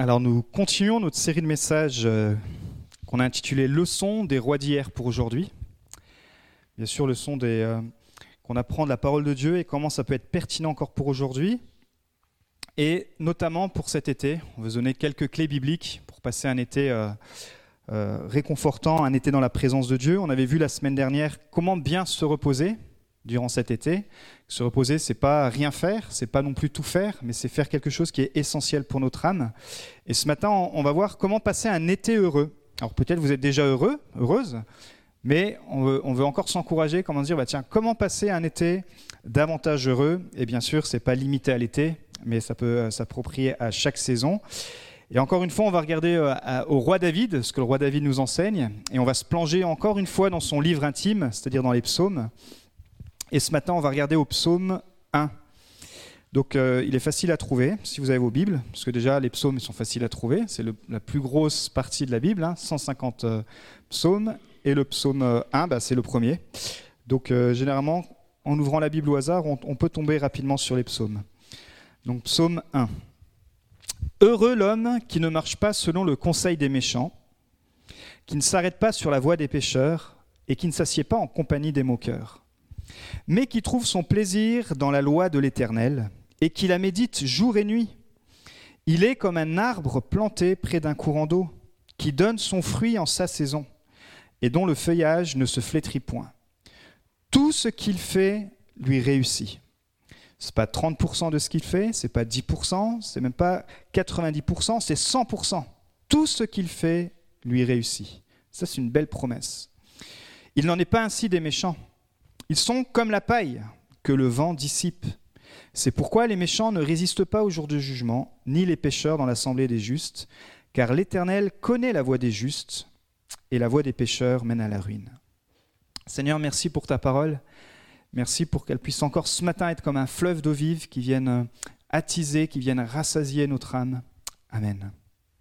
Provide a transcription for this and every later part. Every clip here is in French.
Alors nous continuons notre série de messages qu'on a intitulé « Leçons des rois d'hier pour aujourd'hui ». Bien sûr, leçons qu'on apprend de la parole de Dieu et comment ça peut être pertinent encore pour aujourd'hui. Et notamment pour cet été, on veut donner quelques clés bibliques pour passer un été réconfortant, un été dans la présence de Dieu. On avait vu la semaine dernière comment bien se reposer durant cet été. Se reposer, c'est pas rien faire, c'est pas non plus tout faire, mais c'est faire quelque chose qui est essentiel pour notre âme. Et ce matin, on va voir comment passer un été heureux. Alors peut-être vous êtes déjà heureux, heureuse, mais on veut encore s'encourager, comment dire, comment passer un été davantage heureux. Et bien sûr, c'est pas limité à l'été, mais ça peut s'approprier à chaque saison. Et encore une fois, on va regarder au roi David, ce que le roi David nous enseigne, et on va se plonger encore une fois dans son livre intime, c'est-à-dire dans les psaumes. Et ce matin, on va regarder au psaume 1. Donc, il est facile à trouver, si vous avez vos Bibles, parce que déjà, les psaumes ils sont faciles à trouver. C'est la plus grosse partie de la Bible, 150 psaumes. Et le psaume 1, c'est le premier. Donc, généralement, en ouvrant la Bible au hasard, on peut tomber rapidement sur les psaumes. Donc, psaume 1. Heureux l'homme qui ne marche pas selon le conseil des méchants, qui ne s'arrête pas sur la voie des pécheurs et qui ne s'assied pas en compagnie des moqueurs, mais qui trouve son plaisir dans la loi de l'Éternel et qui la médite jour et nuit. Il est comme un arbre planté près d'un courant d'eau, qui donne son fruit en sa saison et dont le feuillage ne se flétrit point. Tout ce qu'il fait lui réussit. Ce n'est pas 30% de ce qu'il fait, ce n'est pas 10%, ce n'est même pas 90%, c'est 100%. Tout ce qu'il fait lui réussit. Ça, c'est une belle promesse. Il n'en est pas ainsi des méchants. Ils sont comme la paille que le vent dissipe. C'est pourquoi les méchants ne résistent pas au jour du jugement, ni les pécheurs dans l'assemblée des justes, car l'Éternel connaît la voie des justes, et la voie des pécheurs mène à la ruine. Seigneur, merci pour ta parole. Merci pour qu'elle puisse encore ce matin être comme un fleuve d'eau vive qui vienne attiser, qui vienne rassasier notre âme. Amen.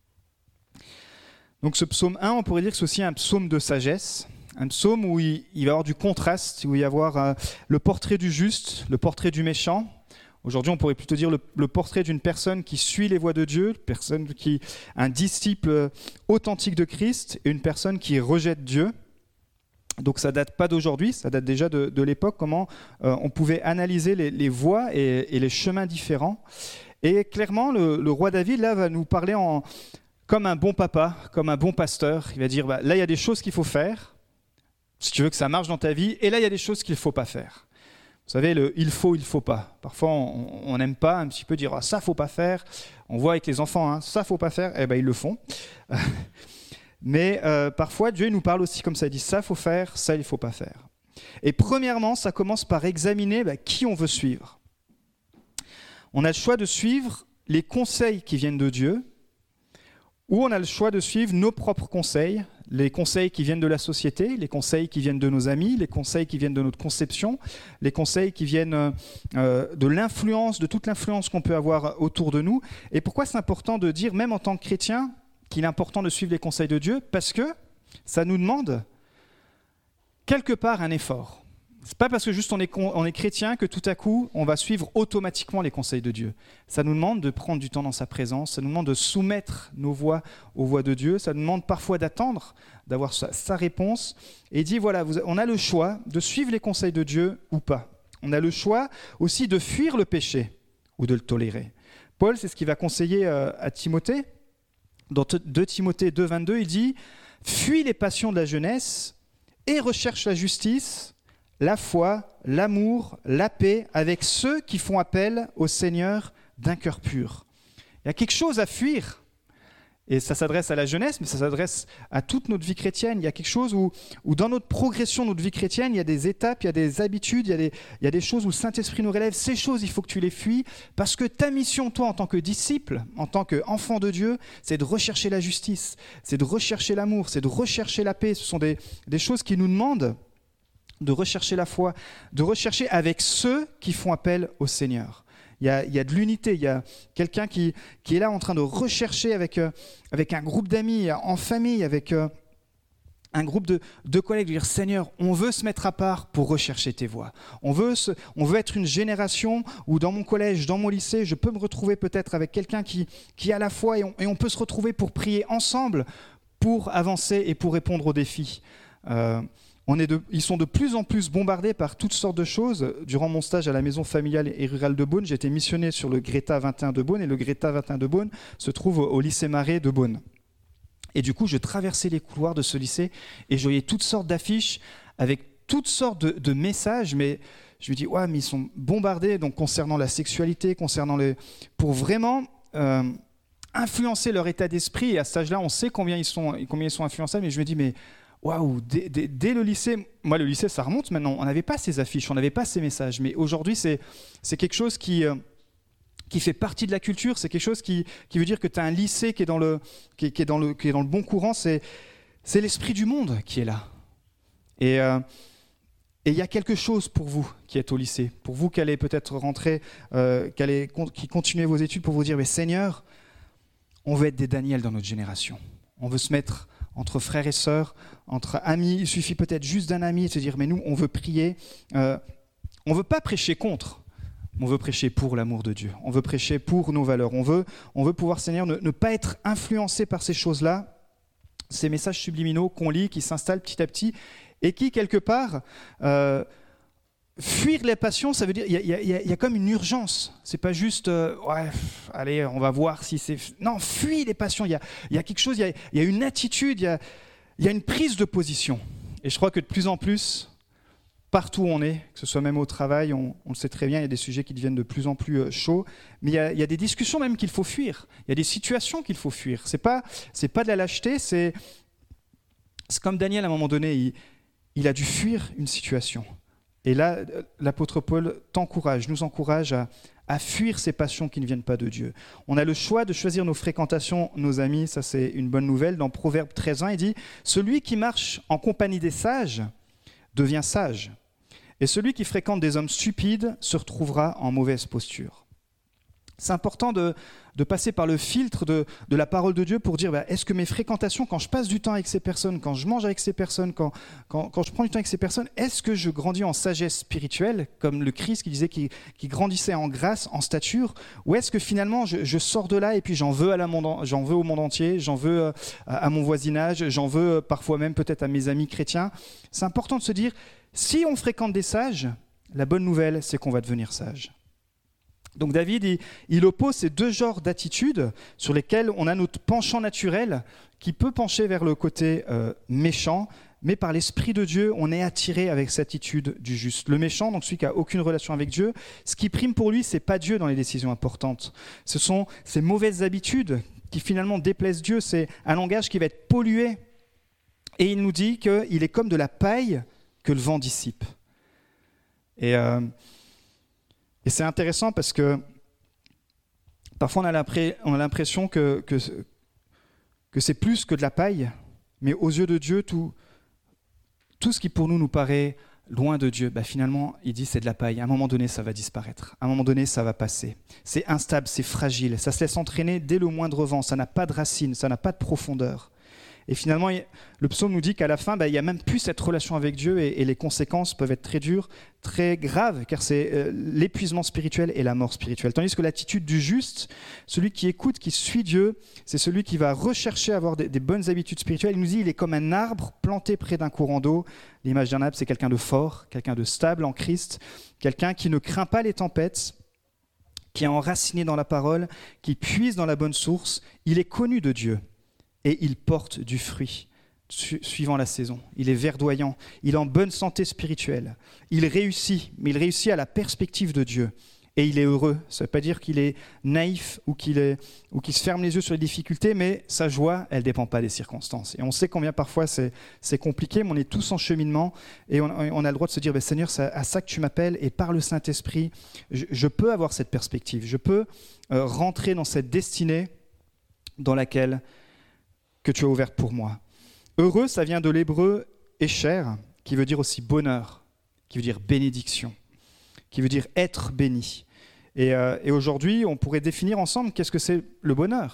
Donc ce psaume 1, on pourrait dire que c'est aussi un psaume de sagesse. Un psaume où il va y avoir du contraste, où il va y avoir le portrait du juste, le portrait du méchant. Aujourd'hui, on pourrait plutôt dire le portrait d'une personne qui suit les voies de Dieu, un disciple authentique de Christ, et une personne qui rejette Dieu. Donc ça ne date pas d'aujourd'hui, ça date déjà de l'époque, comment on pouvait analyser les voies et les chemins différents. Et clairement, le roi David, là, va nous parler comme un bon papa, comme un bon pasteur. Il va dire, là, il y a des choses qu'il faut faire, si tu veux que ça marche dans ta vie, et là, il y a des choses qu'il ne faut pas faire. Vous savez, il faut pas. Parfois, on n'aime pas un petit peu dire ça, il ne faut pas faire. On voit avec les enfants, ça, il ne faut pas faire. Ils le font. Mais parfois, Dieu nous parle aussi comme ça. Il dit ça, il faut faire, ça, il ne faut pas faire. Et premièrement, ça commence par examiner qui on veut suivre. On a le choix de suivre les conseils qui viennent de Dieu, ou on a le choix de suivre nos propres conseils, les conseils qui viennent de la société, les conseils qui viennent de nos amis, les conseils qui viennent de notre conception, les conseils qui viennent de l'influence, de toute l'influence qu'on peut avoir autour de nous. Et pourquoi c'est important de dire, même en tant que chrétien, qu'il est important de suivre les conseils de Dieu? Parce que ça nous demande quelque part un effort. C'est pas parce que juste on est chrétien que tout à coup on va suivre automatiquement les conseils de Dieu. Ça nous demande de prendre du temps dans sa présence, ça nous demande de soumettre nos voies aux voies de Dieu, ça nous demande parfois d'attendre, d'avoir sa réponse. Et il dit voilà, on a le choix de suivre les conseils de Dieu ou pas. On a le choix aussi de fuir le péché ou de le tolérer. Paul, c'est ce qu'il va conseiller à Timothée. Dans 2 Timothée 2, 22, il dit « Fuis les passions de la jeunesse et recherche la justice, la foi, l'amour, la paix avec ceux qui font appel au Seigneur d'un cœur pur. » Il y a quelque chose à fuir. Et ça s'adresse à la jeunesse, mais ça s'adresse à toute notre vie chrétienne. Il y a quelque chose où dans notre progression, notre vie chrétienne, il y a des étapes, il y a des habitudes, il y a des choses où le Saint-Esprit nous relève. Ces choses, il faut que tu les fuis, parce que ta mission, toi, en tant que disciple, en tant qu'enfant de Dieu, c'est de rechercher la justice, c'est de rechercher l'amour, c'est de rechercher la paix. Ce sont des choses qui nous demandent de rechercher la foi, de rechercher avec ceux qui font appel au Seigneur. Il y a de l'unité, il y a quelqu'un qui est là en train de rechercher avec un groupe d'amis, en famille, avec un groupe de collègues, de dire Seigneur, on veut se mettre à part pour rechercher tes voies. On veut être une génération où dans mon collège, dans mon lycée, je peux me retrouver peut-être avec quelqu'un qui a la foi et on peut se retrouver pour prier ensemble, pour avancer et pour répondre aux défis. Ils sont de plus en plus bombardés par toutes sortes de choses. Durant mon stage à la maison familiale et rurale de Beaune, j'ai été missionné sur le Greta 21 de Beaune et le Greta 21 de Beaune se trouve au lycée Marais de Beaune. Et du coup, je traversais les couloirs de ce lycée et je voyais toutes sortes d'affiches avec toutes sortes de messages, mais je me dis, ouais, mais ils sont bombardés donc, concernant la sexualité, pour vraiment influencer leur état d'esprit. Et à cet âge-là, on sait combien ils sont influençables, mais je me dis, mais waouh, dès le lycée, moi le lycée, ça remonte maintenant, on n'avait pas ces affiches, on n'avait pas ces messages, mais aujourd'hui, c'est quelque chose qui fait partie de la culture, c'est quelque chose qui veut dire que tu as un lycée qui est dans le bon courant, c'est l'esprit du monde qui est là. Et il y a quelque chose pour vous qui êtes au lycée, pour vous qui allez peut-être rentrer, qui continuez vos études, pour vous dire, mais Seigneur, on veut être des Daniel dans notre génération. On veut se mettre entre frères et sœurs, entre amis, il suffit peut-être juste d'un ami et de se dire, mais nous, on veut prier. On ne veut pas prêcher contre. On veut prêcher pour l'amour de Dieu. On veut prêcher pour nos valeurs. On veut pouvoir, Seigneur, ne pas être influencé par ces choses-là, ces messages subliminaux qu'on lit, qui s'installent petit à petit, et qui, quelque part, fuir les passions, ça veut dire il y a comme une urgence. C'est pas juste, allez, on va voir si c'est... Non, fuis les passions. Il y a quelque chose, il y a une attitude, il y a une prise de position. Et je crois que de plus en plus... Partout où on est, que ce soit même au travail, on le sait très bien, il y a des sujets qui deviennent de plus en plus chauds, mais il y a des discussions même qu'il faut fuir, il y a des situations qu'il faut fuir. C'est pas de la lâcheté, c'est comme Daniel à un moment donné, il a dû fuir une situation. Et là, l'apôtre Paul nous encourage à fuir ces passions qui ne viennent pas de Dieu. On a le choix de choisir nos fréquentations, nos amis, ça c'est une bonne nouvelle. Dans Proverbe 13:1, il dit « Celui qui marche en compagnie des sages devient sage. Et celui qui fréquente des hommes stupides se retrouvera en mauvaise posture. » C'est important de passer par le filtre de la parole de Dieu pour dire, est-ce que mes fréquentations, quand je passe du temps avec ces personnes, quand je mange avec ces personnes, quand je prends du temps avec ces personnes, est-ce que je grandis en sagesse spirituelle, comme le Christ qui disait qu'il grandissait en grâce, en stature, ou est-ce que finalement je sors de là et puis j'en veux au monde entier, j'en veux à mon voisinage, j'en veux parfois même peut-être à mes amis chrétiens. C'est important de se dire, si on fréquente des sages, la bonne nouvelle, c'est qu'on va devenir sage. Donc David, il oppose ces deux genres d'attitudes sur lesquelles on a notre penchant naturel qui peut pencher vers le côté méchant, mais par l'Esprit de Dieu, on est attiré avec cette attitude du juste. Le méchant, donc celui qui n'a aucune relation avec Dieu, ce qui prime pour lui, ce n'est pas Dieu dans les décisions importantes. Ce sont ces mauvaises habitudes qui finalement déplaisent Dieu, c'est un langage qui va être pollué. Et il nous dit qu'il est comme de la paille que le vent dissipe. Et c'est intéressant parce que parfois on a l'impression que c'est plus que de la paille, mais aux yeux de Dieu, tout ce qui pour nous paraît loin de Dieu, finalement, il dit c'est de la paille. À un moment donné, ça va disparaître. À un moment donné, ça va passer. C'est instable, c'est fragile. Ça se laisse entraîner dès le moindre vent. Ça n'a pas de racines, ça n'a pas de profondeur. Et finalement, le psaume nous dit qu'à la fin, il n'y a même plus cette relation avec Dieu et les conséquences peuvent être très dures, très graves, car c'est l'épuisement spirituel et la mort spirituelle. Tandis que l'attitude du juste, celui qui écoute, qui suit Dieu, c'est celui qui va rechercher à avoir des bonnes habitudes spirituelles. Il nous dit il est comme un arbre planté près d'un courant d'eau. L'image d'un arbre, c'est quelqu'un de fort, quelqu'un de stable en Christ, quelqu'un qui ne craint pas les tempêtes, qui est enraciné dans la parole, qui puise dans la bonne source. Il est connu de Dieu. Et il porte du fruit suivant la saison. Il est verdoyant, il est en bonne santé spirituelle. Il réussit, mais il réussit à la perspective de Dieu. Et il est heureux. Ça ne veut pas dire qu'il est naïf ou qu'il se ferme les yeux sur les difficultés, mais sa joie, elle ne dépend pas des circonstances. Et on sait combien parfois c'est compliqué, mais on est tous en cheminement et on a le droit de se dire, Seigneur, c'est à ça que tu m'appelles et par le Saint-Esprit, je peux avoir cette perspective. Je peux rentrer dans cette destinée dans laquelle que tu as ouverte pour moi. Heureux, ça vient de l'hébreu écher, qui veut dire aussi bonheur, qui veut dire bénédiction, qui veut dire être béni. Et aujourd'hui, on pourrait définir ensemble qu'est-ce que c'est le bonheur.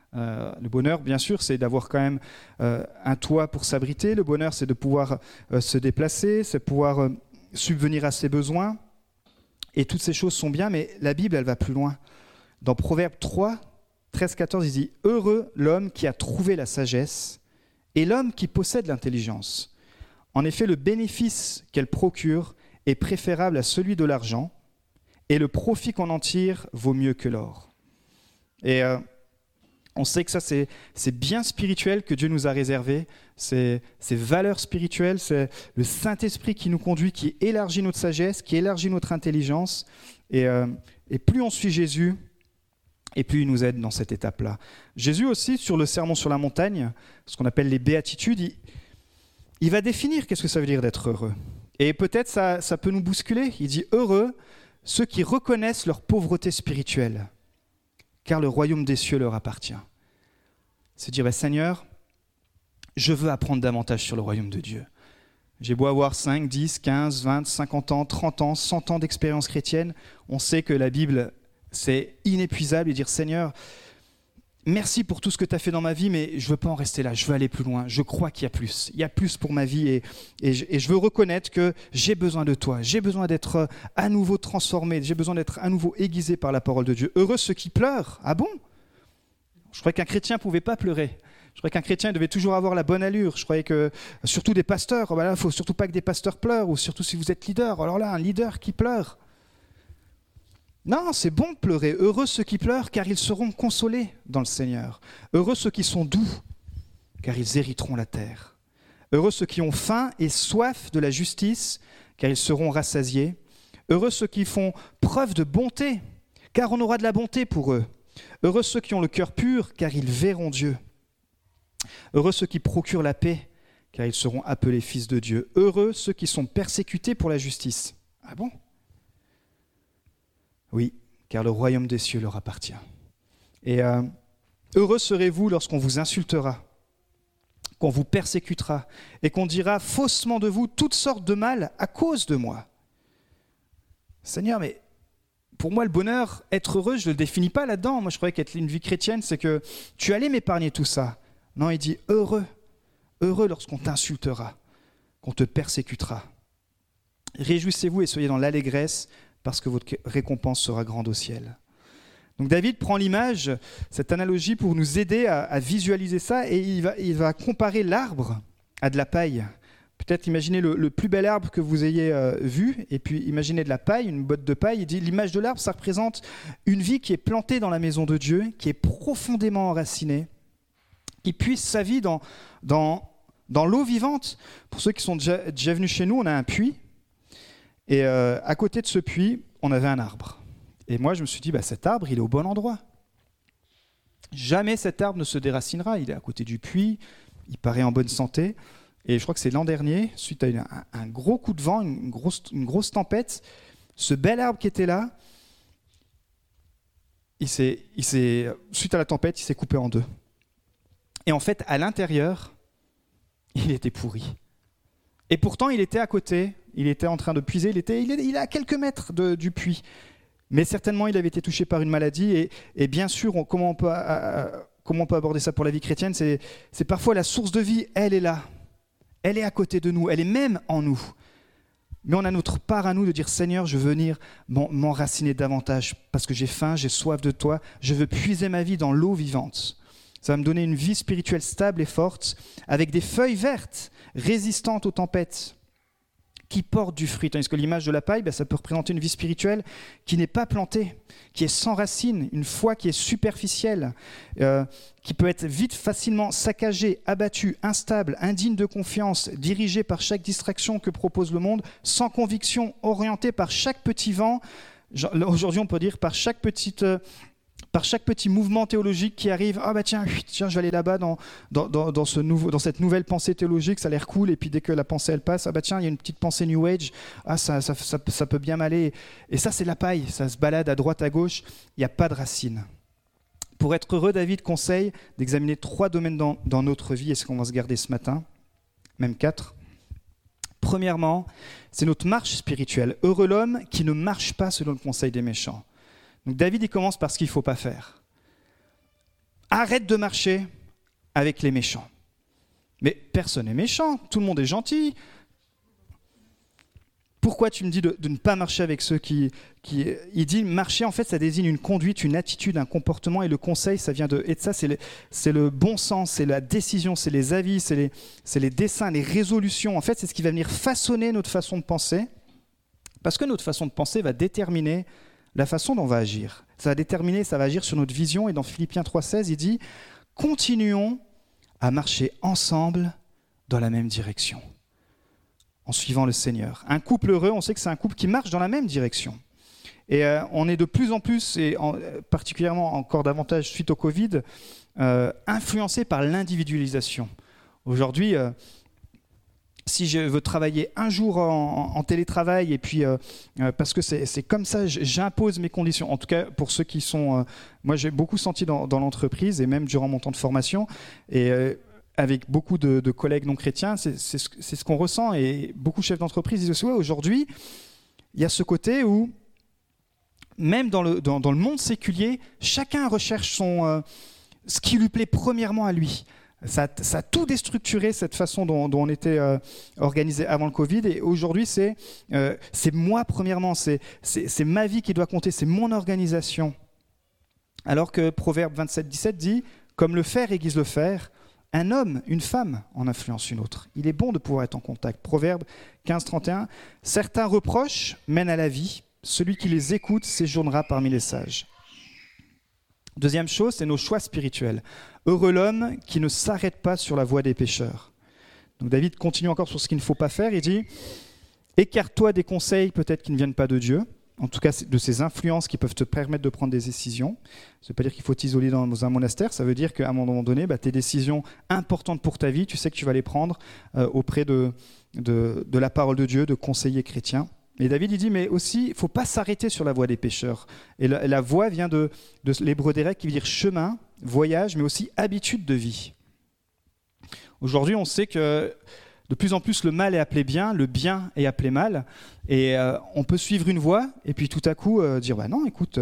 Le bonheur, bien sûr, c'est d'avoir quand même un toit pour s'abriter. Le bonheur, c'est de pouvoir se déplacer, c'est de pouvoir subvenir à ses besoins. Et toutes ces choses sont bien, mais la Bible, elle va plus loin. Dans Proverbe 3, 13-14, il dit « Heureux l'homme qui a trouvé la sagesse et l'homme qui possède l'intelligence. En effet, le bénéfice qu'elle procure est préférable à celui de l'argent, et le profit qu'on en tire vaut mieux que l'or. » Et on sait que ça, c'est bien spirituel que Dieu nous a réservé. Ces valeurs spirituelles, c'est le Saint-Esprit qui nous conduit, qui élargit notre sagesse, qui élargit notre intelligence. Et plus on suit Jésus, et plus il nous aide dans cette étape-là. Jésus aussi, sur le Sermon sur la montagne, ce qu'on appelle les béatitudes, il va définir qu'est-ce que ça veut dire d'être heureux. Et peut-être ça peut nous bousculer. Il dit « Heureux ceux qui reconnaissent leur pauvreté spirituelle, car le royaume des cieux leur appartient. » C'est dire, Seigneur, je veux apprendre davantage sur le royaume de Dieu. J'ai beau avoir 5, 10, 15, 20, 50 ans, 30 ans, 100 ans d'expérience chrétienne, on sait que la Bible, c'est inépuisable, et dire, Seigneur, merci pour tout ce que tu as fait dans ma vie, mais je ne veux pas en rester là, je veux aller plus loin, je crois qu'il y a plus. Il y a plus pour ma vie, et je veux reconnaître que j'ai besoin de toi, j'ai besoin d'être à nouveau transformé, j'ai besoin d'être à nouveau aiguisé par la parole de Dieu. Heureux ceux qui pleurent. Ah bon ? Je croyais qu'un chrétien ne pouvait pas pleurer. Je croyais qu'un chrétien devait toujours avoir la bonne allure. Je croyais que, surtout des pasteurs, il ne faut surtout pas que des pasteurs pleurent, ou surtout si vous êtes leader. Alors là, un leader qui pleure. Non, c'est bon de pleurer. Heureux ceux qui pleurent, car ils seront consolés dans le Seigneur. Heureux ceux qui sont doux, car ils hériteront la terre. Heureux ceux qui ont faim et soif de la justice, car ils seront rassasiés. Heureux ceux qui font preuve de bonté, car on aura de la bonté pour eux. Heureux ceux qui ont le cœur pur, car ils verront Dieu. Heureux ceux qui procurent la paix, car ils seront appelés fils de Dieu. Heureux ceux qui sont persécutés pour la justice. Ah bon ? Oui, car le royaume des cieux leur appartient. Et heureux serez-vous lorsqu'on vous insultera, qu'on vous persécutera, et qu'on dira faussement de vous toutes sortes de mal à cause de moi. Seigneur, mais pour moi, le bonheur, être heureux, je ne le définis pas là-dedans. Moi, je croyais qu'être une vie chrétienne, c'est que tu allais m'épargner tout ça. Non, il dit heureux lorsqu'on t'insultera, qu'on te persécutera. Réjouissez-vous et soyez dans l'allégresse, parce que votre récompense sera grande au ciel. Donc David prend l'image, cette analogie, pour nous aider à visualiser ça, et il va comparer l'arbre à de la paille. Peut-être imaginez le plus bel arbre que vous ayez vu, et puis imaginez de la paille, une botte de paille. Il dit l'image de l'arbre, ça représente une vie qui est plantée dans la maison de Dieu, qui est profondément enracinée, qui puise sa vie dans l'eau vivante. Pour ceux qui sont déjà venus chez nous, on a un puits, et à côté de ce puits, on avait un arbre. Et moi, je me suis dit, cet arbre, il est au bon endroit. Jamais cet arbre ne se déracinera. Il est à côté du puits, il paraît en bonne santé. Et je crois que c'est l'an dernier, suite à un gros coup de vent, une grosse tempête, ce bel arbre qui était là, suite à la tempête, il s'est coupé en deux. Et en fait, à l'intérieur, il était pourri. Et pourtant, il était à côté, il était en train de puiser, il est à quelques mètres du puits. Mais certainement, il avait été touché par une maladie. Et bien sûr, comment on peut aborder ça pour la vie chrétienne ? C'est parfois la source de vie, elle est là. Elle est à côté de nous, elle est même en nous. Mais on a notre part à nous de dire « Seigneur, je veux venir m'enraciner davantage parce que j'ai faim, j'ai soif de toi, je veux puiser ma vie dans l'eau vivante. » Ça va me donner une vie spirituelle stable et forte, avec des feuilles vertes, résistantes aux tempêtes, qui portent du fruit. Tandis que l'image de la paille, ça peut représenter une vie spirituelle qui n'est pas plantée, qui est sans racines, une foi qui est superficielle, qui peut être vite, facilement saccagée, abattue, instable, indigne de confiance, dirigée par chaque distraction que propose le monde, sans conviction, orientée par chaque petit vent. Aujourd'hui, on peut dire par chaque petit mouvement théologique qui arrive, tiens, je vais aller là-bas dans cette nouvelle pensée théologique, ça a l'air cool, et puis dès que la pensée elle passe, tiens, il y a une petite pensée New Age, ça peut bien m'aller. Et ça, c'est la paille, ça se balade à droite, à gauche, il n'y a pas de racines. Pour être heureux, David conseille d'examiner 3 domaines dans notre vie, et c'est ce qu'on va se garder ce matin, même 4. Premièrement, c'est notre marche spirituelle. Heureux l'homme qui ne marche pas selon le conseil des méchants. Donc David, il commence par ce qu'il ne faut pas faire. arrête de marcher avec les méchants. Mais personne n'est méchant, tout le monde est gentil. Pourquoi tu me dis de ne pas marcher avec ceux qui... Il dit marcher, en fait, ça désigne une conduite, une attitude, un comportement, et le conseil, ça vient de... Et ça, c'est le bon sens, c'est la décision, c'est les avis, c'est les desseins, les résolutions. En fait, c'est ce qui va venir façonner notre façon de penser, parce que notre façon de penser va déterminer la façon dont on va agir. Ça va agir sur notre vision, et dans Philippiens 3,16, il dit « Continuons à marcher ensemble dans la même direction ». En suivant le Seigneur. Un couple heureux, on sait que c'est un couple qui marche dans la même direction. Et on est de plus en plus, et particulièrement encore davantage suite au Covid, influencé par l'individualisation. Aujourd'hui, si je veux travailler un jour en télétravail, et puis parce que c'est comme ça, j'impose mes conditions. En tout cas, pour ceux qui sont... moi, j'ai beaucoup senti dans l'entreprise, et même durant mon temps de formation, et... avec beaucoup de collègues non chrétiens, c'est ce qu'on ressent. Et beaucoup de chefs d'entreprise disent aussi, ouais, aujourd'hui, il y a ce côté où, même dans le monde séculier, chacun recherche ce qui lui plaît premièrement à lui. Ça a tout déstructuré, cette façon dont on était organisé avant le Covid. Et aujourd'hui, c'est moi premièrement, c'est ma vie qui doit compter, c'est mon organisation. Alors que Proverbe 27-17 dit, comme le fer aiguise le fer, un homme, une femme en influence une autre. Il est bon de pouvoir être en contact. Proverbe 15-31, certains reproches mènent à la vie. Celui qui les écoute séjournera parmi les sages. Deuxième chose, c'est nos choix spirituels. Heureux l'homme qui ne s'arrête pas sur la voie des pécheurs. Donc David continue encore sur ce qu'il ne faut pas faire. Il dit, écarte-toi des conseils peut-être qui ne viennent pas de Dieu. En tout cas de ces influences qui peuvent te permettre de prendre des décisions. Ça ne veut pas dire qu'il faut t'isoler dans un monastère, ça veut dire qu'à un moment donné, tes décisions importantes pour ta vie, tu sais que tu vas les prendre auprès de la parole de Dieu, de conseillers chrétiens. Et David, il dit, mais aussi, il ne faut pas s'arrêter sur la voie des pécheurs. Et la voie vient de l'hébreu d'Érec qui veut dire chemin, voyage, mais aussi habitude de vie. Aujourd'hui, on sait que de plus en plus, le mal est appelé bien, le bien est appelé mal. Et on peut suivre une voie et puis tout à coup dire « non, écoute,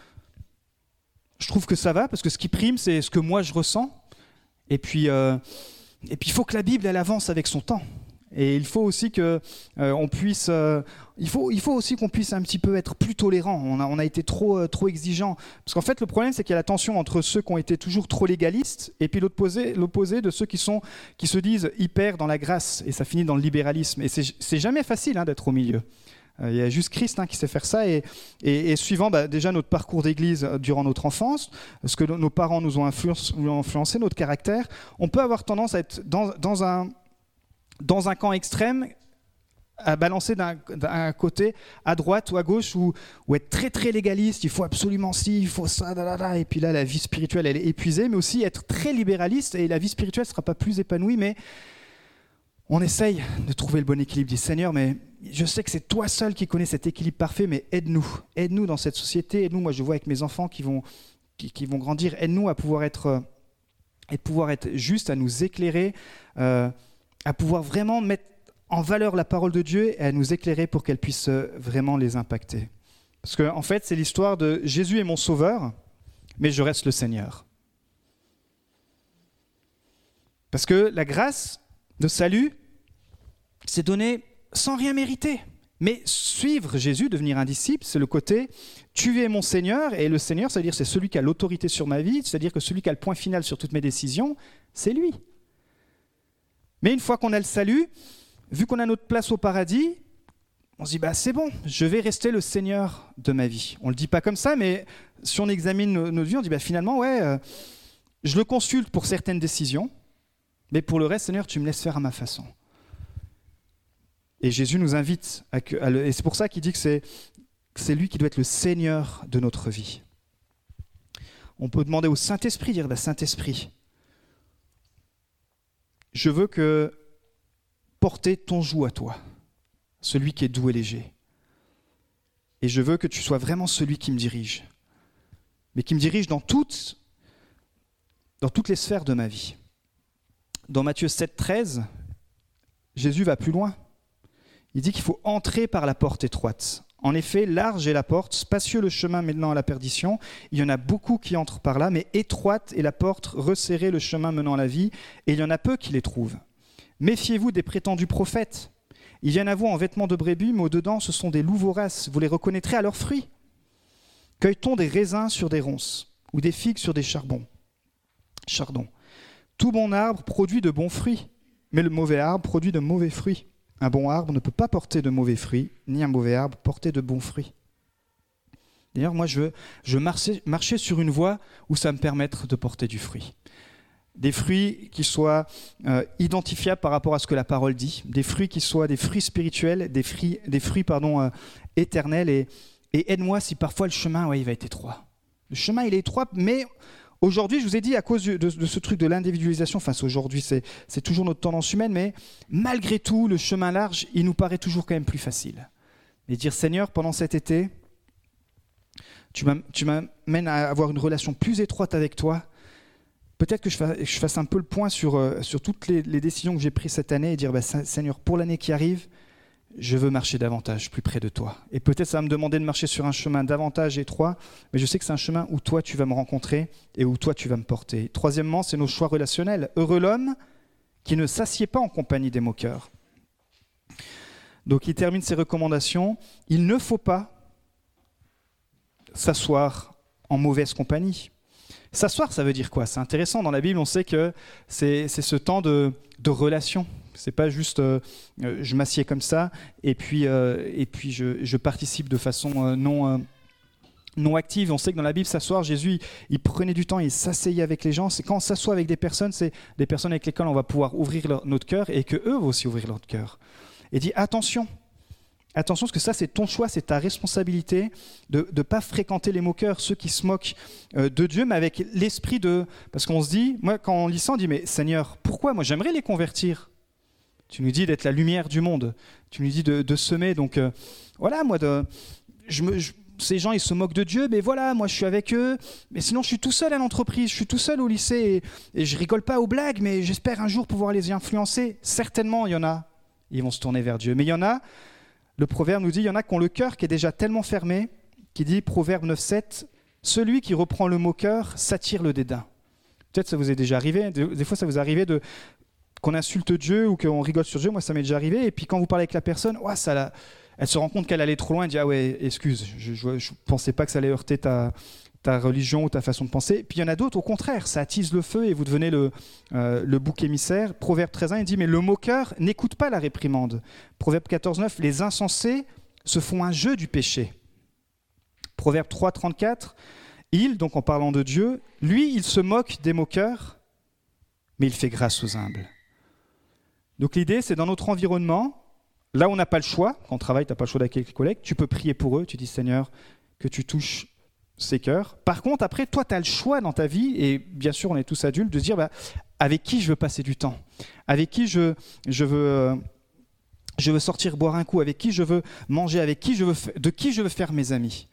je trouve que ça va parce que ce qui prime, c'est ce que moi je ressens. » Et puis, il faut que la Bible, elle avance avec son temps. Et il faut aussi que on puisse, il faut aussi qu'on puisse un petit peu être plus tolérant. On a été trop exigeant. Parce qu'en fait, le problème, c'est qu'il y a la tension entre ceux qui ont été toujours trop légalistes et puis l'opposé de ceux qui se disent hyper dans la grâce. Et ça finit dans le libéralisme. Et c'est jamais facile d'être au milieu. Il y a juste Christ qui sait faire ça. Et suivant déjà notre parcours d'église durant notre enfance, ce que nos parents nous ont influencé, notre caractère, on peut avoir tendance à être dans un camp extrême, à balancer d'un côté à droite ou à gauche, ou être très très légaliste, il faut absolument ci, il faut ça, et puis là la vie spirituelle elle est épuisée, mais aussi être très libéraliste et la vie spirituelle ne sera pas plus épanouie, mais on essaye de trouver le bon équilibre, dit Seigneur, mais je sais que c'est toi seul qui connais cet équilibre parfait, mais aide-nous dans cette société, aide-nous, moi je vois avec mes enfants qui vont grandir, aide-nous à pouvoir être juste, à nous éclairer, à pouvoir vraiment mettre en valeur la parole de Dieu et à nous éclairer pour qu'elle puisse vraiment les impacter. Parce qu'en fait, c'est l'histoire de Jésus est mon sauveur, mais je reste le Seigneur. Parce que la grâce de salut, c'est donné sans rien mériter. Mais suivre Jésus, devenir un disciple, c'est le côté « tu es mon Seigneur » et le Seigneur, c'est-à-dire c'est celui qui a l'autorité sur ma vie, c'est-à-dire que celui qui a le point final sur toutes mes décisions, c'est lui. Mais une fois qu'on a le salut, vu qu'on a notre place au paradis, on se dit c'est bon, je vais rester le Seigneur de ma vie. On ne le dit pas comme ça, mais si on examine notre vie, on dit finalement, je le consulte pour certaines décisions, mais pour le reste, Seigneur, tu me laisses faire à ma façon. Et Jésus nous invite, et c'est pour ça qu'il dit que c'est lui qui doit être le Seigneur de notre vie. On peut demander au Saint-Esprit, dire Saint-Esprit, je veux porter ton joug à toi, celui qui est doux et léger. Et je veux que tu sois vraiment celui qui me dirige, mais qui me dirige dans toutes les sphères de ma vie. Dans Matthieu 7,13, Jésus va plus loin. Il dit qu'il faut entrer par la porte étroite. En effet, large est la porte, spacieux le chemin menant à la perdition. Il y en a beaucoup qui entrent par là, mais étroite est la porte, resserrée le chemin menant à la vie, et il y en a peu qui les trouvent. Méfiez-vous des prétendus prophètes. Ils viennent à vous en vêtements de brebis, mais au-dedans, ce sont des loups voraces. Vous les reconnaîtrez à leurs fruits. Cueille-t-on des raisins sur des ronces, ou des figues sur des chardons. Tout bon arbre produit de bons fruits, mais le mauvais arbre produit de mauvais fruits. Un bon arbre ne peut pas porter de mauvais fruits, ni un mauvais arbre porter de bons fruits. D'ailleurs, moi, je veux marcher sur une voie où ça me permette de porter du fruit. Des fruits qui soient identifiables par rapport à ce que la parole dit, des fruits qui soient des fruits spirituels, des fruits éternels, et aide-moi si parfois le chemin il va être étroit. Le chemin il est étroit, mais aujourd'hui, je vous ai dit, à cause de ce truc de l'individualisation, enfin aujourd'hui c'est toujours notre tendance humaine, mais malgré tout, le chemin large, il nous paraît toujours quand même plus facile. Et dire, Seigneur, pendant cet été, tu m'amènes à avoir une relation plus étroite avec toi. Peut-être que je fasse un peu le point sur toutes les décisions que j'ai prises cette année et dire, Seigneur, pour l'année qui arrive, je veux marcher davantage plus près de toi. Et peut-être ça va me demander de marcher sur un chemin davantage étroit, mais je sais que c'est un chemin où toi, tu vas me rencontrer et où toi, tu vas me porter. Troisièmement, c'est nos choix relationnels. Heureux l'homme qui ne s'assied pas en compagnie des moqueurs. Donc, il termine ses recommandations. Il ne faut pas s'asseoir en mauvaise compagnie. S'asseoir, ça veut dire quoi ? C'est intéressant. Dans la Bible, on sait que c'est ce temps de relation. C'est pas juste je m'assieds comme ça et puis je participe de façon non active. On sait que dans la Bible, s'asseoir, Jésus, il prenait du temps, il s'asseyait avec les gens. C'est quand on s'assoit avec des personnes, c'est des personnes avec lesquelles on va pouvoir ouvrir notre cœur et que eux vont aussi ouvrir leur cœur. Et dit attention, parce que ça, c'est ton choix, c'est ta responsabilité de ne pas fréquenter les moqueurs, ceux qui se moquent de Dieu, mais avec l'esprit de... Parce qu'on se dit, moi, quand on lit ça, on dit, mais Seigneur, pourquoi ? Moi, j'aimerais les convertir. Tu nous dis d'être la lumière du monde. Tu nous dis de semer. Donc, voilà, moi, ces gens, ils se moquent de Dieu, mais voilà, moi, je suis avec eux. Mais sinon, je suis tout seul à l'entreprise, je suis tout seul au lycée, et je rigole pas aux blagues, mais j'espère un jour pouvoir les influencer. Certainement, il y en a, ils vont se tourner vers Dieu. Mais il y en a... Le proverbe nous dit, il y en a qui ont le cœur qui est déjà tellement fermé, qui dit, Proverbe 9,7, « Celui qui reprend le moqueur s'attire le dédain. » Peut-être ça vous est déjà arrivé, des fois ça vous est arrivé qu'on insulte Dieu ou qu'on rigole sur Dieu, moi ça m'est déjà arrivé, et puis quand vous parlez avec la personne, elle se rend compte qu'elle allait trop loin, elle dit « Ah ouais, excuse, je ne pensais pas que ça allait heurter ta religion ou ta façon de penser. » Puis il y en a d'autres, au contraire, ça attise le feu et vous devenez le bouc émissaire. Proverbe 13.1, il dit « Mais le moqueur n'écoute pas la réprimande. » Proverbe 14.9, « Les insensés se font un jeu du péché. » Proverbe 3.34, « donc en parlant de Dieu, lui, il se moque des moqueurs, mais il fait grâce aux humbles. » Donc l'idée, c'est dans notre environnement, là où on n'a pas le choix, quand on travaille, tu n'as pas le choix d'accueillir les collègues, tu peux prier pour eux, tu dis « Seigneur, que tu touches ses cœurs. » Par contre, après, toi, tu as le choix dans ta vie, et bien sûr, on est tous adultes, de se dire avec qui je veux passer du temps, avec qui je veux sortir boire un coup, avec qui je veux manger, de qui je veux faire mes amis.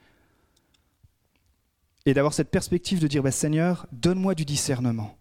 Et d'avoir cette perspective de dire Seigneur, donne-moi du discernement.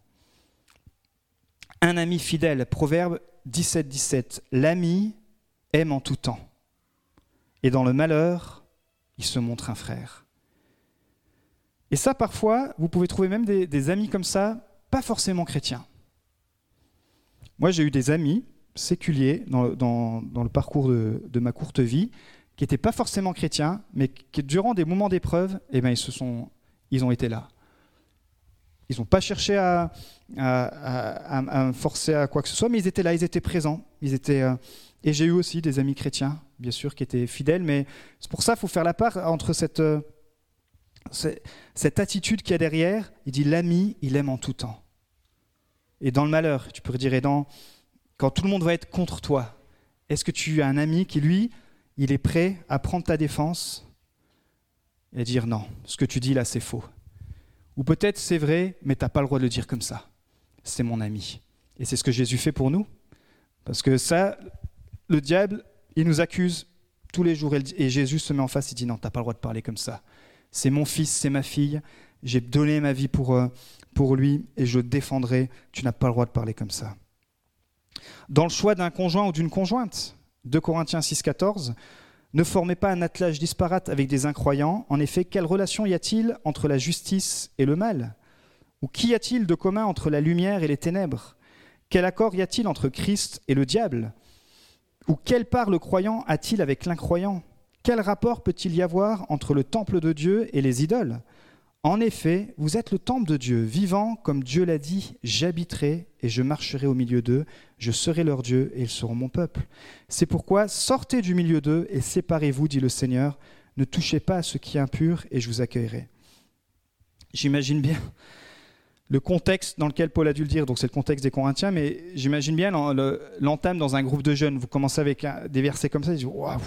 Un ami fidèle, Proverbe 17.17, l'ami aime en tout temps, et dans le malheur, il se montre un frère. Et ça, parfois, vous pouvez trouver même des amis comme ça, pas forcément chrétiens. Moi, j'ai eu des amis séculiers dans le parcours de ma courte vie, qui n'étaient pas forcément chrétiens, mais qui, durant des moments d'épreuve, ils ont été là. Ils n'ont pas cherché à me forcer à quoi que ce soit, mais ils étaient là, ils étaient présents. Et j'ai eu aussi des amis chrétiens, bien sûr, qui étaient fidèles, mais c'est pour ça qu'il faut faire la part entre cette attitude qu'il y a derrière. Il dit l'ami, il aime en tout temps. Et dans le malheur, tu pourrais dire, quand tout le monde va être contre toi, est-ce que tu as un ami qui, lui, il est prêt à prendre ta défense et dire non, ce que tu dis là, c'est faux. Ou peut-être c'est vrai, mais tu n'as pas le droit de le dire comme ça. C'est mon ami. Et c'est ce que Jésus fait pour nous. Parce que ça, le diable, il nous accuse tous les jours. Et Jésus se met en face, il dit non, tu n'as pas le droit de parler comme ça. C'est mon fils, c'est ma fille. J'ai donné ma vie pour lui et je le défendrai. Tu n'as pas le droit de parler comme ça. Dans le choix d'un conjoint ou d'une conjointe, 2 Corinthiens 6,14, Ne formez pas un attelage disparate avec des incroyants. En effet, quelle relation y a-t-il entre la justice et le mal? Ou qu'y a-t-il de commun entre la lumière et les ténèbres? Quel accord y a-t-il entre Christ et le diable? Ou quelle part le croyant a-t-il avec l'incroyant? Quel rapport peut-il y avoir entre le temple de Dieu et les idoles? En effet, vous êtes le temple de Dieu, vivant comme Dieu l'a dit, j'habiterai et je marcherai au milieu d'eux, je serai leur Dieu et ils seront mon peuple. C'est pourquoi sortez du milieu d'eux et séparez-vous, dit le Seigneur, ne touchez pas à ce qui est impur et je vous accueillerai. J'imagine bien le contexte dans lequel Paul a dû le dire, donc c'est le contexte des Corinthiens, mais j'imagine bien l'entame dans un groupe de jeunes. Vous commencez avec des versets comme ça, ils disent waouh,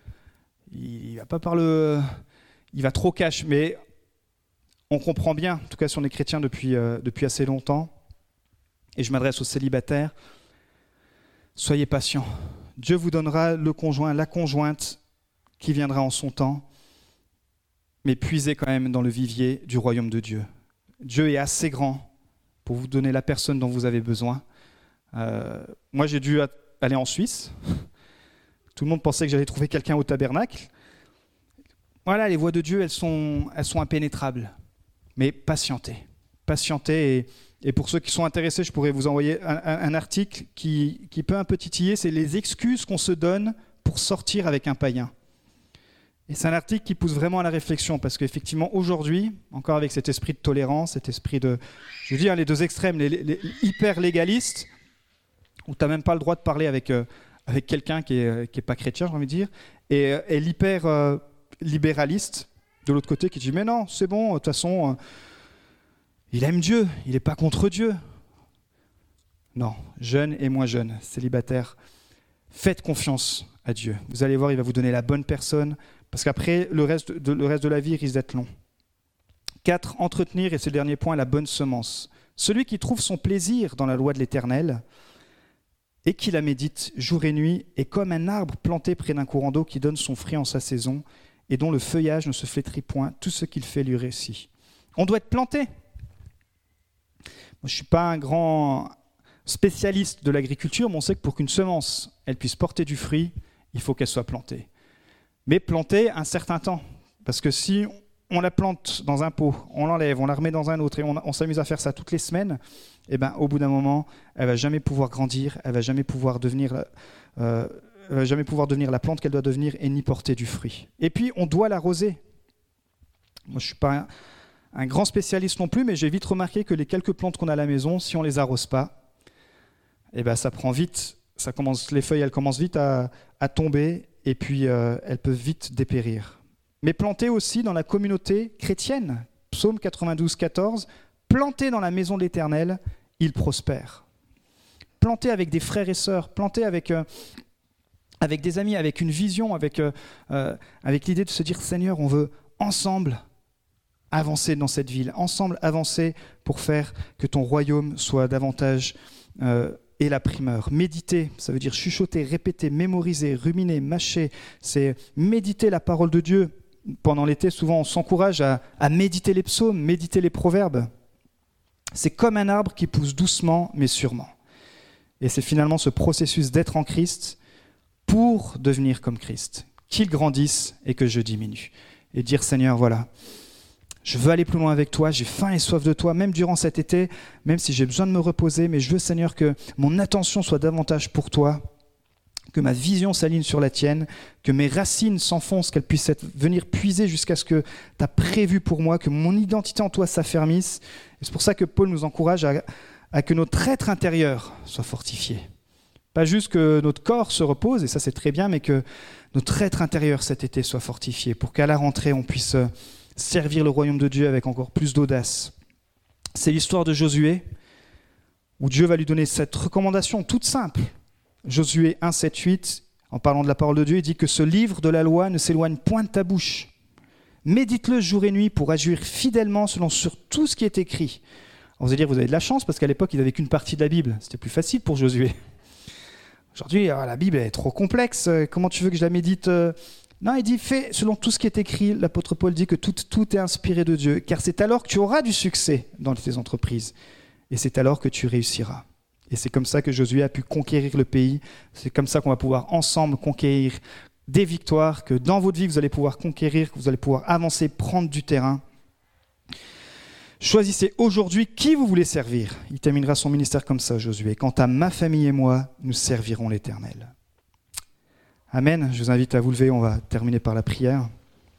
il va pas par le, il va trop cash, mais on comprend bien, en tout cas si on est chrétien depuis assez longtemps, et je m'adresse aux célibataires, soyez patients. Dieu vous donnera le conjoint, la conjointe qui viendra en son temps, mais puisez quand même dans le vivier du royaume de Dieu. Dieu est assez grand pour vous donner la personne dont vous avez besoin. Moi, j'ai dû aller en Suisse. Tout le monde pensait que j'allais trouver quelqu'un au tabernacle. Voilà, les voies de Dieu, elles sont impénétrables. Mais patientez. Et pour ceux qui sont intéressés, je pourrais vous envoyer un article qui peut un peu titiller. C'est les excuses qu'on se donne pour sortir avec un païen. Et c'est un article qui pousse vraiment à la réflexion, parce qu'effectivement, aujourd'hui, encore avec cet esprit de tolérance, cet esprit de... Je veux dire, les deux extrêmes, les hyper légalistes, où tu n'as même pas le droit de parler avec quelqu'un qui est pas chrétien, j'ai envie de dire, et l'hyper libéraliste, de l'autre côté, qui dit « Mais non, c'est bon, de toute façon, il aime Dieu, il n'est pas contre Dieu. » Non, jeunes et moins jeunes, célibataires, faites confiance à Dieu. Vous allez voir, il va vous donner la bonne personne, parce qu'après, le reste de la vie risque d'être long. 4. Entretenir, et c'est le dernier point, la bonne semence. Celui qui trouve son plaisir dans la loi de l'Éternel et qui la médite jour et nuit est comme un arbre planté près d'un courant d'eau qui donne son fruit en sa saison et dont le feuillage ne se flétrit point, tout ce qu'il fait lui réussit. On doit être planté. Moi, je ne suis pas un grand spécialiste de l'agriculture, mais on sait que pour qu'une semence elle puisse porter du fruit, il faut qu'elle soit plantée. Mais plantée un certain temps. Parce que si on la plante dans un pot, on l'enlève, on la remet dans un autre et on s'amuse à faire ça toutes les semaines, eh ben, au bout d'un moment, elle ne va jamais pouvoir grandir, elle ne va jamais pouvoir devenir la plante qu'elle doit devenir et ni porter du fruit. Et puis, on doit l'arroser. Moi, je ne suis pas un grand spécialiste non plus, mais j'ai vite remarqué que les quelques plantes qu'on a à la maison, si on ne les arrose pas, eh ben, ça prend vite, les feuilles elles commencent vite à tomber et puis elles peuvent vite dépérir. Mais planté aussi dans la communauté chrétienne, Psaume 92, 14, planté dans la maison de l'Éternel, il prospère. Planté avec des frères et sœurs, planté avec des amis, avec une vision, avec l'idée de se dire « Seigneur, on veut ensemble avancer dans cette ville, ensemble avancer pour faire que ton royaume soit davantage et la primeur. » Méditer, ça veut dire chuchoter, répéter, mémoriser, ruminer, mâcher, c'est méditer la parole de Dieu. Pendant l'été, souvent, on s'encourage à méditer les psaumes, méditer les proverbes. C'est comme un arbre qui pousse doucement, mais sûrement. Et c'est finalement ce processus d'être en Christ pour devenir comme Christ, qu'il grandisse et que je diminue. Et dire, Seigneur, voilà, je veux aller plus loin avec toi, j'ai faim et soif de toi, même durant cet été, même si j'ai besoin de me reposer, mais je veux, Seigneur, que mon attention soit davantage pour toi, que ma vision s'aligne sur la tienne, que mes racines s'enfoncent, qu'elles puissent venir puiser jusqu'à ce que tu as prévu pour moi, que mon identité en toi s'affermisse. Et c'est pour ça que Paul nous encourage à que notre être intérieur soit fortifié. Pas juste que notre corps se repose, et ça c'est très bien, mais que notre être intérieur cet été soit fortifié, pour qu'à la rentrée on puisse servir le royaume de Dieu avec encore plus d'audace. C'est l'histoire de Josué, où Dieu va lui donner cette recommandation toute simple. Josué 1, 7, 8, en parlant de la parole de Dieu, il dit que ce livre de la loi ne s'éloigne point de ta bouche. Médite-le jour et nuit pour agir fidèlement sur tout ce qui est écrit. Alors vous allez dire, vous avez de la chance, parce qu'à l'époque, il n'avait qu'une partie de la Bible. C'était plus facile pour Josué. Aujourd'hui, la Bible est trop complexe. Comment tu veux que je la médite ? Non, il dit, fais selon tout ce qui est écrit. L'apôtre Paul dit que tout est inspiré de Dieu, car c'est alors que tu auras du succès dans tes entreprises. Et c'est alors que tu réussiras. Et c'est comme ça que Josué a pu conquérir le pays. C'est comme ça qu'on va pouvoir ensemble conquérir des victoires, que dans votre vie, vous allez pouvoir conquérir, que vous allez pouvoir avancer, prendre du terrain. Choisissez aujourd'hui qui vous voulez servir. Il terminera son ministère comme ça, Josué. Quant à ma famille et moi, nous servirons l'Éternel. Amen. Je vous invite à vous lever, on va terminer par la prière.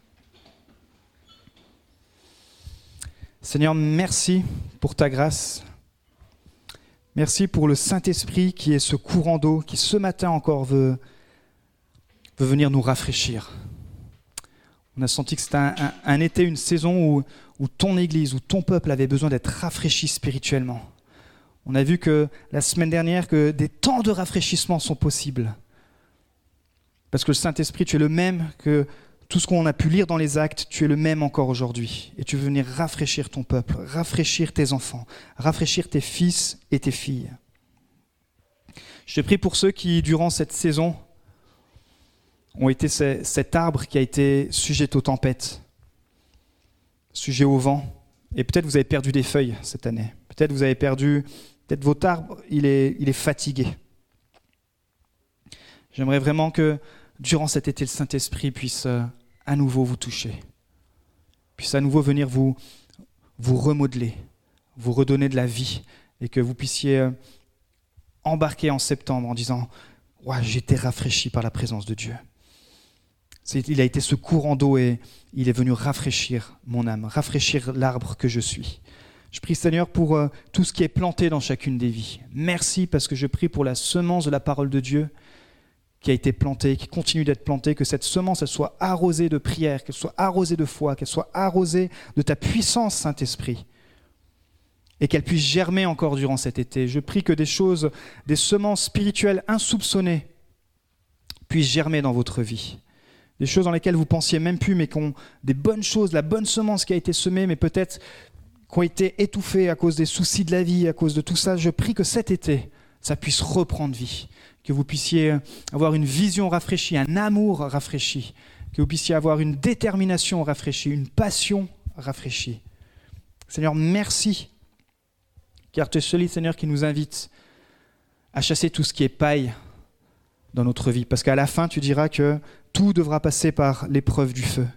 Seigneur, merci pour ta grâce. Merci pour le Saint-Esprit qui est ce courant d'eau qui ce matin encore veut venir nous rafraîchir. On a senti que c'était un été, une saison où ton Église, où ton peuple avait besoin d'être rafraîchi spirituellement. On a vu que la semaine dernière que des temps de rafraîchissement sont possibles. Parce que le Saint-Esprit, tu es le même que tout ce qu'on a pu lire dans les actes, tu es le même encore aujourd'hui. Et tu veux venir rafraîchir ton peuple, rafraîchir tes enfants, rafraîchir tes fils et tes filles. Je te prie pour ceux qui, durant cette saison, ont été cet arbre qui a été sujet aux tempêtes, sujet au vent. Et peut-être vous avez perdu des feuilles cette année. Peut-être votre arbre, il est fatigué. J'aimerais vraiment que durant cet été, le Saint-Esprit puisse à nouveau vous toucher, puisse à nouveau venir vous remodeler, vous redonner de la vie et que vous puissiez embarquer en septembre en disant « Ouais, j'ai été rafraîchi par la présence de Dieu ». Il a été ce courant d'eau et il est venu rafraîchir mon âme, rafraîchir l'arbre que je suis. Je prie Seigneur pour tout ce qui est planté dans chacune des vies. Merci parce que je prie pour la semence de la parole de Dieu qui a été plantée, qui continue d'être plantée, que cette semence elle soit arrosée de prière, qu'elle soit arrosée de foi, qu'elle soit arrosée de ta puissance, Saint-Esprit, et qu'elle puisse germer encore durant cet été. Je prie que des semences spirituelles insoupçonnées puissent germer dans votre vie. Des choses dans lesquelles vous pensiez même plus, mais qui ont des bonnes choses, la bonne semence qui a été semée, mais peut-être qui ont été étouffées à cause des soucis de la vie, à cause de tout ça. Je prie que cet été, ça puisse reprendre vie, que vous puissiez avoir une vision rafraîchie, un amour rafraîchi, que vous puissiez avoir une détermination rafraîchie, une passion rafraîchie. Seigneur, merci, car tu es celui, Seigneur, qui nous invite à chasser tout ce qui est paille dans notre vie, parce qu'à la fin, tu diras que tout devra passer par l'épreuve du feu.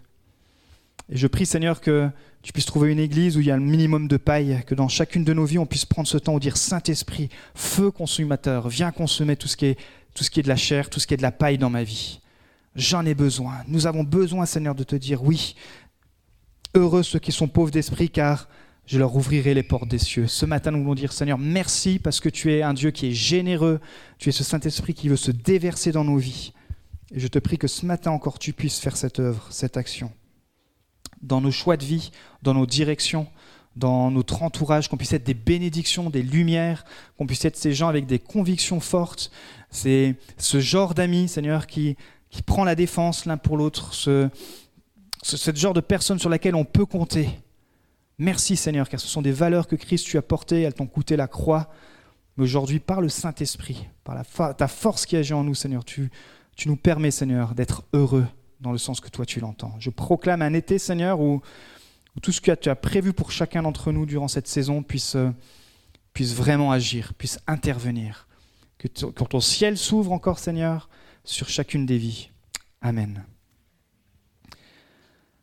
Et je prie, Seigneur, que tu puisses trouver une église où il y a un minimum de paille, que dans chacune de nos vies, on puisse prendre ce temps où dire « Saint-Esprit, feu consumateur, viens consommer tout ce qui est de la chair, tout ce qui est de la paille dans ma vie. J'en ai besoin. Nous avons besoin, Seigneur, de te dire « Oui, heureux ceux qui sont pauvres d'esprit, car je leur ouvrirai les portes des cieux. » Ce matin, nous voulons dire « Seigneur, merci parce que tu es un Dieu qui est généreux. Tu es ce Saint-Esprit qui veut se déverser dans nos vies. » Et je te prie que ce matin encore, tu puisses faire cette œuvre, cette action. Dans nos choix de vie, dans nos directions, dans notre entourage, qu'on puisse être des bénédictions, des lumières, qu'on puisse être ces gens avec des convictions fortes. C'est ce genre d'amis, Seigneur, qui prend la défense l'un pour l'autre, ce genre de personnes sur laquelle on peut compter. Merci, Seigneur, car ce sont des valeurs que Christ tu as portées, elles t'ont coûté la croix. Mais aujourd'hui, par le Saint-Esprit, par ta force qui agit en nous, Seigneur, tu nous permets, Seigneur, d'être heureux dans le sens que toi tu l'entends. Je proclame un été, Seigneur, où tout ce que tu as prévu pour chacun d'entre nous durant cette saison puisse vraiment agir, puisse intervenir. Que ton ciel s'ouvre encore, Seigneur, sur chacune des vies. Amen.